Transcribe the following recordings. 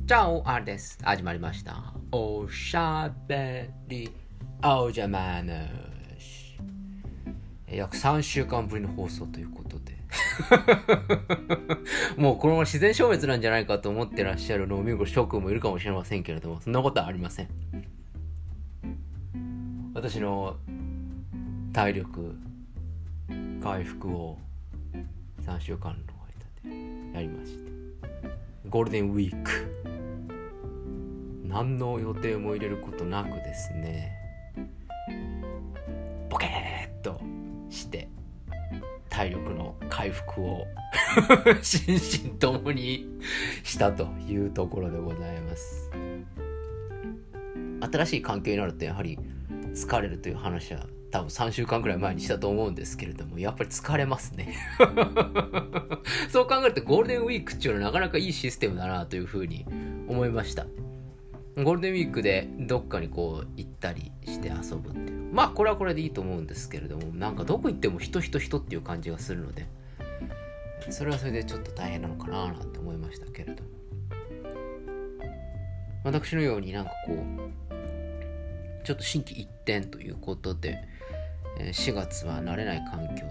チャオアンです。始まりました。おしゃべりおじゃまなし。約3週間ぶりの放送ということでもうこのまま自然消滅なんじゃないかと思ってらっしゃる飲み子諸君もいるかもしれませんけれども、そんなことはありません。私の体力回復を3週間の間でやりまして、ゴールデンウィーク何の予定も入れることなくですね、ポケーっとして体力の回復を心身ともにしたというところでございます。新しい環境になるとやはり疲れるという話は多分3週間くらい前にしたと思うんですけれども、やっぱり疲れますねそう考えるとゴールデンウィークっていうのはなかなかいいシステムだなというふうに思いました。ゴールデンウィークでどっかにこう行ったりして遊ぶっていう、まあこれはこれでいいと思うんですけれども、なんかどこ行っても人っていう感じがするので、それはそれでちょっと大変なのかななんて思いましたけれども、私のようになんかこうちょっと心機一転ということで、4月は慣れない環境で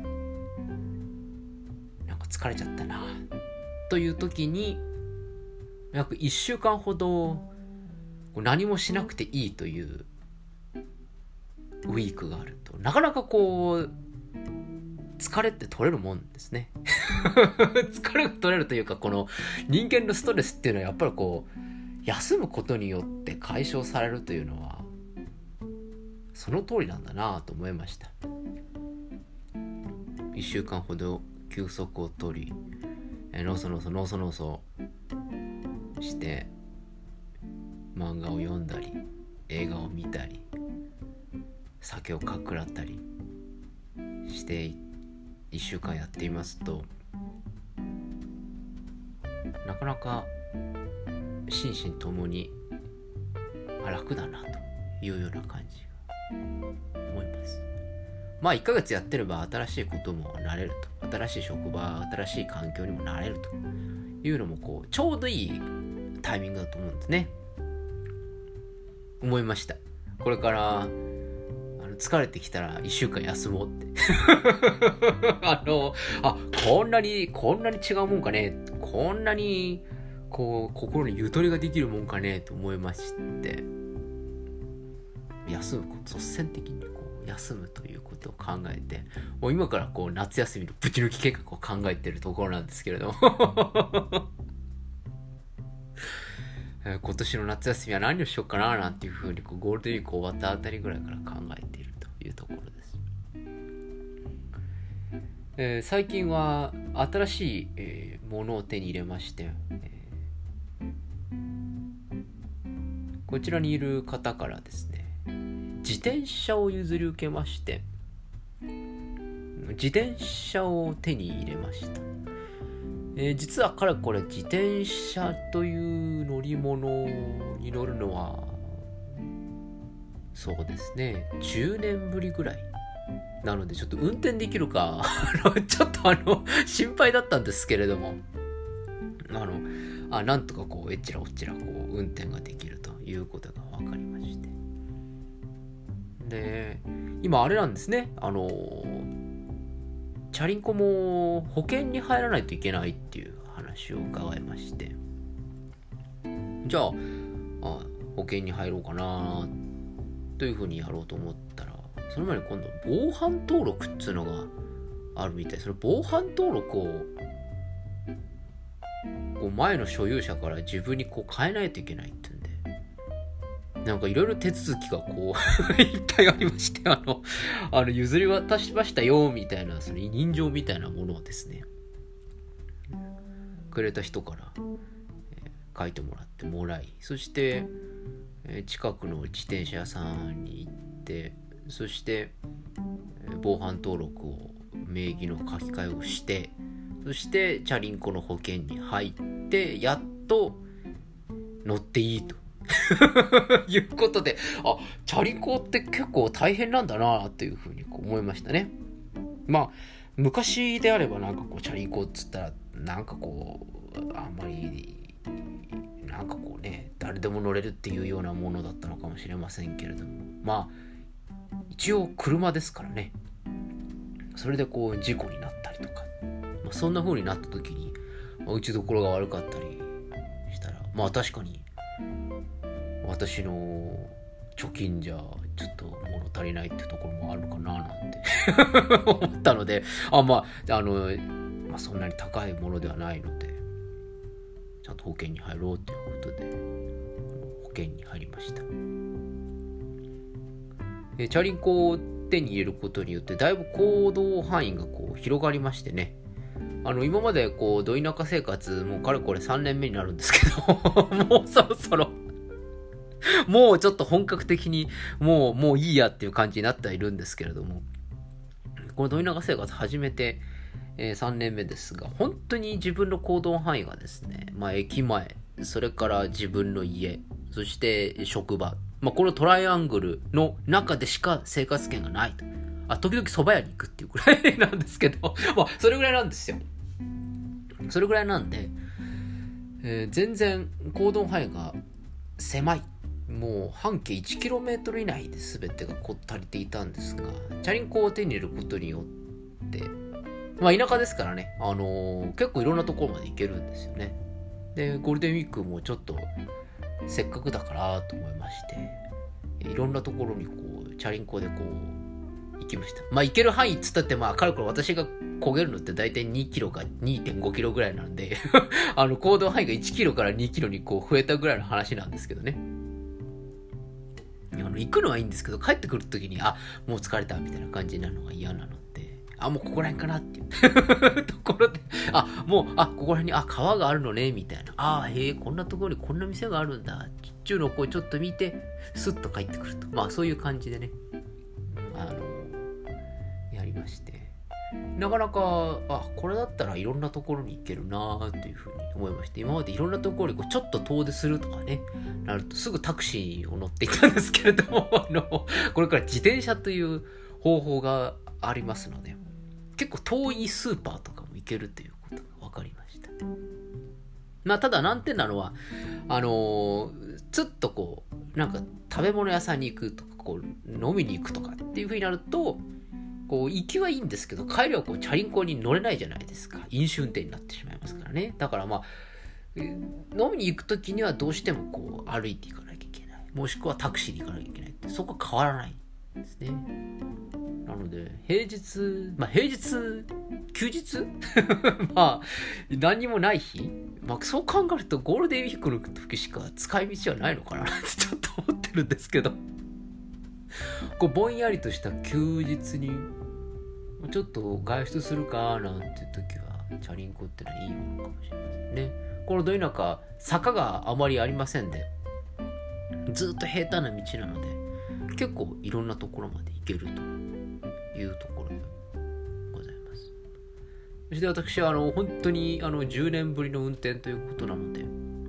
なんか疲れちゃったなという時に、約1週間ほど何もしなくていいというウィークがあると、なかなかこう疲れって取れるもんですね疲れが取れるというか、この人間のストレスっていうのはやっぱりこう休むことによって解消されるというのはその通りなんだなと思いました。1週間ほど休息を取り、のそのそして漫画を読んだり映画を見たり酒をかくらったりして1週間やっていますと、なかなか心身ともに楽だなというような感じが思います。まあ1ヶ月やってれば新しいことも慣れると、新しい職場新しい環境にも慣れるというのもこうちょうどいいタイミングだと思うんですね。思いました。これから疲れてきたら1週間休もうってこんなに違うもんかね、こんなにこう心にゆとりができるもんかねと思いまして、休むこと、率先的にこう休むということを考えて、もう今からこう夏休みのぶち抜き計画を考えているところなんですけれども今年の夏休みは何をしようかななんていうふうにこうゴールデンウィーク終わったあたりぐらいから考えているというところです。最近は新しい、ものを手に入れまして、こちらにいる方からですね、自転車を譲り受けまして、自転車を手に入れました。実は彼これ自転車という乗り物に乗るのはそうですね10年ぶりぐらいなので、ちょっと運転できるかちょっと心配だったんですけれども、なんとかこうえっちらおっちらこう運転ができるということが分かりまして、で今あれなんですね、チャリンコも保険に入らないといけないっていう話を伺いまして、じゃあ保険に入ろうかなというふうにやろうと思ったら、その前に今度防犯登録っていうのがあるみたい。その防犯登録をこう前の所有者から自分にこう変えないといけないっていうんで、なんかいろいろ手続きがこういっぱいありまして、譲り渡しましたよみたいな、その委任状みたいなものをですねくれた人から、書いてもらってもらい、そして、近くの自転車屋さんに行って、そして、防犯登録を名義の書き換えをして、そしてチャリンコの保険に入ってやっと乗っていいということで、チャリンコって結構大変なんだなというふうに思いましたね。まあ昔であればなんかこうチャリンコっつったらなんかこうあんまりなんかこうね、誰でも乗れるっていうようなものだったのかもしれませんけれども、まあ一応車ですからね。それでこう事故になったりとか、そんな風になった時に、打ちどころが悪かったりしたら、まあ確かに私の貯金じゃちょっと物足りないってところもあるのかななんて思ったので、まあそんなに高いものではないので、ちゃんと保険に入ろうということで保険に入りました。チャリンコを手に入れることによってだいぶ行動範囲がこう広がりましてね、今までこうど田舎生活もうかれこれ3年目になるんですけどもうそろそろもうちょっと本格的にもういいやっていう感じになってはいるんですけれども、このど田舎生活始めて、3年目ですが、本当に自分の行動範囲がですね、駅前、それから自分の家、そして職場、このトライアングルの中でしか生活圏がないと。時々蕎麦屋に行くっていうくらいなんですけどそれぐらいなんですよ。それぐらいなんで、全然行動範囲が狭い。もう半径 1km 以内で全てがこっ足りていたんですが、チャリンコを手に入れることによって、田舎ですからね、結構いろんなところまで行けるんですよね。で、ゴールデンウィークもちょっとせっかくだからと思いまして、いろんなところにこうチャリンコでこう行きました。行ける範囲っつったってかれこれ私が焦げるのって大体2キロか 2.5 キロぐらいなんで行動範囲が1キロから2キロにこう増えたぐらいの話なんですけどね。行くのはいいんですけど、帰ってくるときにもう疲れたみたいな感じになるのが嫌なので、もうここら辺かなっていうところで、もうここら辺に川があるのねみたいな、へえ、こんなところにこんな店があるんだっていうのをこうちょっと見てスッと帰ってくると、そういう感じでね、やりまして、なかなかこれだったらいろんなところに行けるなというふうに思いまして、今までいろんなところにこうちょっと遠出するとかねなるとすぐタクシーを乗っていたんですけれどもこれから自転車という方法がありますので、結構遠いスーパーとかも行けるということが分かりました。ただ難点なのはちょっとこうなんか食べ物屋さんに行くとかこう飲みに行くとかっていう風になると、こう行きはいいんですけど帰りはこうチャリンコに乗れないじゃないですか。飲酒運転になってしまいますからね。だから飲みに行くときにはどうしてもこう歩いていかなきゃいけない、もしくはタクシーに行かなきゃいけないって、そこは変わらないんですね。なので平日休日何にもない日、そう考えるとゴールデンウィークの時しか使い道はないのかなってちょっと思ってるんですけど、こうぼんやりとした休日にちょっと外出するかなんていう時はチャリンコってのはいいものかもしれませんね。このど田舎坂があまりありませんで、ずっと平坦な道なので結構いろんなところまで行けるというところでございます。そして私は本当に10年ぶりの運転ということなので、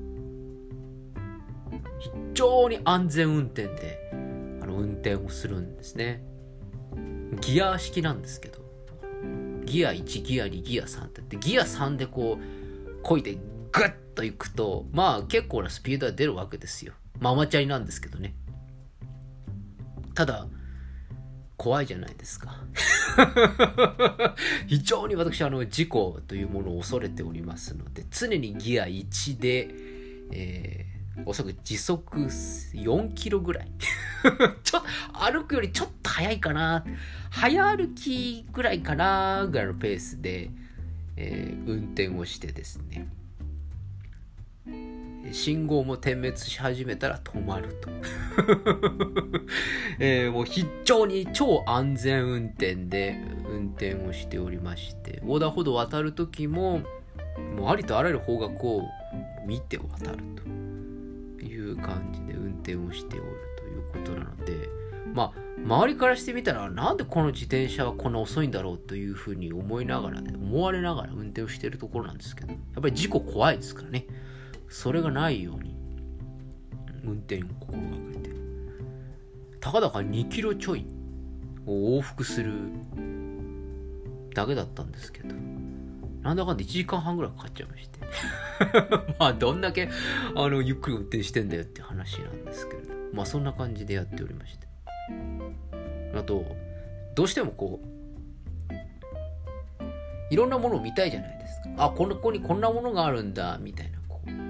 非常に安全運転で運転をするんですね。ギア式なんですけど、ギア1、ギア2、ギア3って言って、ギア3でこう漕いでグッと行くと結構なスピードは出るわけですよ。ママチャリなんですけどね。ただ怖いじゃないですか非常に私事故というものを恐れておりますので、常にギア1で、おそらく時速4キロぐらいちょっと歩くよりちょっと速いかな、早歩きぐらいかなぐらいのペースで、運転をしてですね、信号も点滅し始めたら止まるともう非常に超安全運転で運転をしておりまして、横断歩道を渡る時ももうありとあらゆる方角を見て渡るという感じで運転をしておるということなので、周りからしてみたらなんでこの自転車はこんな遅いんだろうというふうに思われながら運転をしているところなんですけど、やっぱり事故怖いですからね。それがないように運転を心がけて、たかだか2キロちょいを往復するだけだったんですけど、なんだかんだ1時間半ぐらいかかっちゃいましてまあどんだけゆっくり運転してんだよって話なんですけれど、まあそんな感じでやっておりまして、あとどうしてもこういろんなものを見たいじゃないですか。あ、ここにこんなものがあるんだみたいな、こう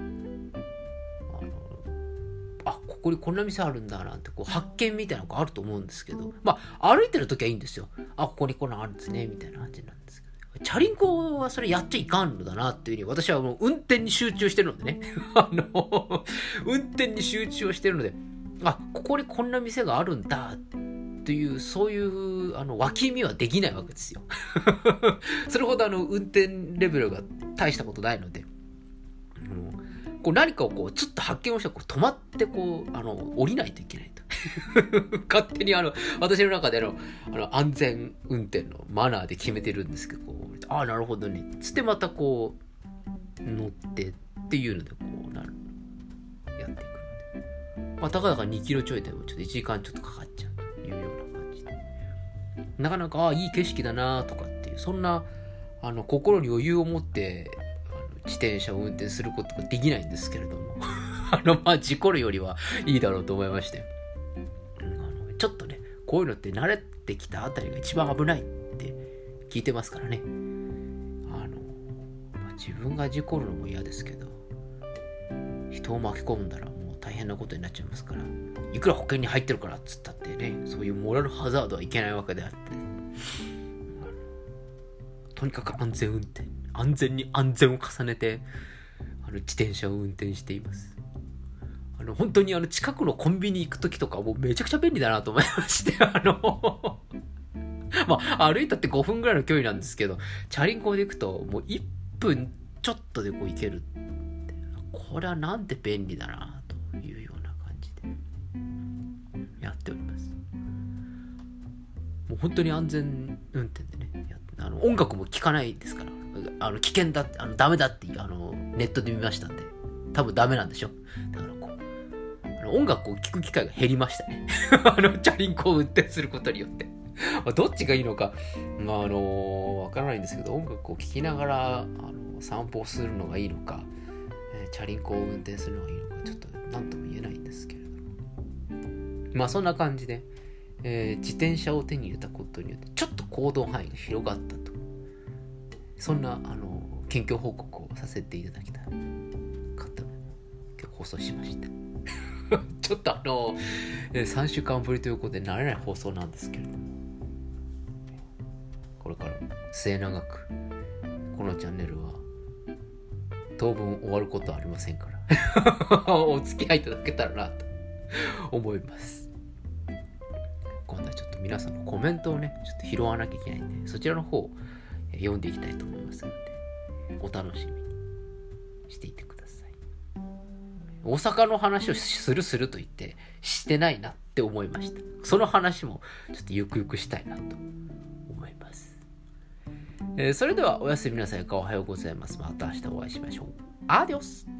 ここにこんな店あるんだなんてこう発見みたいなのがあると思うんですけど、まあ歩いてる時はいいんですよ。あ、ここにこんなのあるんですねみたいな感じなんですけど、チャリンコはそれやっちゃいかんのだなっていうふうに私はもう運転に集中してるのでね運転に集中をしてるので、あ、ここにこんな店があるんだという、そういう脇見はできないわけですよそれほど運転レベルが大したことないので、こう何かをこうちょっと発見をしてこう止まってこう降りないといけないと勝手に私の中で安全運転のマナーで決めてるんですけど、ああなるほどねつってまたこう乗ってっていうのでこうやっていくので、まあたかだか2キロちょいでもちょっと1時間ちょっとかかっちゃうというような感じで、なかなかいい景色だなとかっていう、そんな心に余裕を持って自転車を運転することができないんですけれどもまあ事故るよりはいいだろうと思いまして、ちょっとねこういうのって慣れてきたあたりが一番危ないって聞いてますからね。自分が事故るのも嫌ですけど、人を巻き込んだらもう大変なことになっちゃいますから、いくら保険に入ってるからっつったってね、そういうモラルハザードはいけないわけであって、とにかく安全運転、安全に安全を重ねて自転車を運転しています。本当に近くのコンビニ行くときとかもうめちゃくちゃ便利だなと思いましてまあ歩いたって5分ぐらいの距離なんですけど、チャリンコで行くともう1分ちょっとでこう行けるって、これはなんて便利だなというような感じでやっております。もう本当に安全運転でね音楽も聴かないですから、危険だってダメだってネットで見ましたんで、多分ダメなんでしょ。だからこう音楽を聴く機会が減りましたねチャリンコを運転することによってどっちがいいのかわからないんですけど、音楽を聴きながら散歩をするのがいいのか、チャリンコを運転するのがいいのか、ちょっと何とも言えないんですけれど、まあそんな感じで、自転車を手に入れたことによってちょっと行動範囲が広がったと、そんな近況報告をさせていただきたい方今日放送しましたちょっと3週間ぶりということで慣れない放送なんですけれども、これから末永くこのチャンネルは当分終わることはありませんからお付き合いいただけたらなと思います。今度はちょっと皆さんのコメントをねちょっと拾わなきゃいけないんで、そちらの方を読んでいきたいと思いますのでお楽しみにしていてください。大阪の話をすると言ってしてないなって思いました。その話もちょっとゆくゆくしたいなと思います。それではおやすみなさいか、おはようございます。また明日お会いしましょう。アディオス。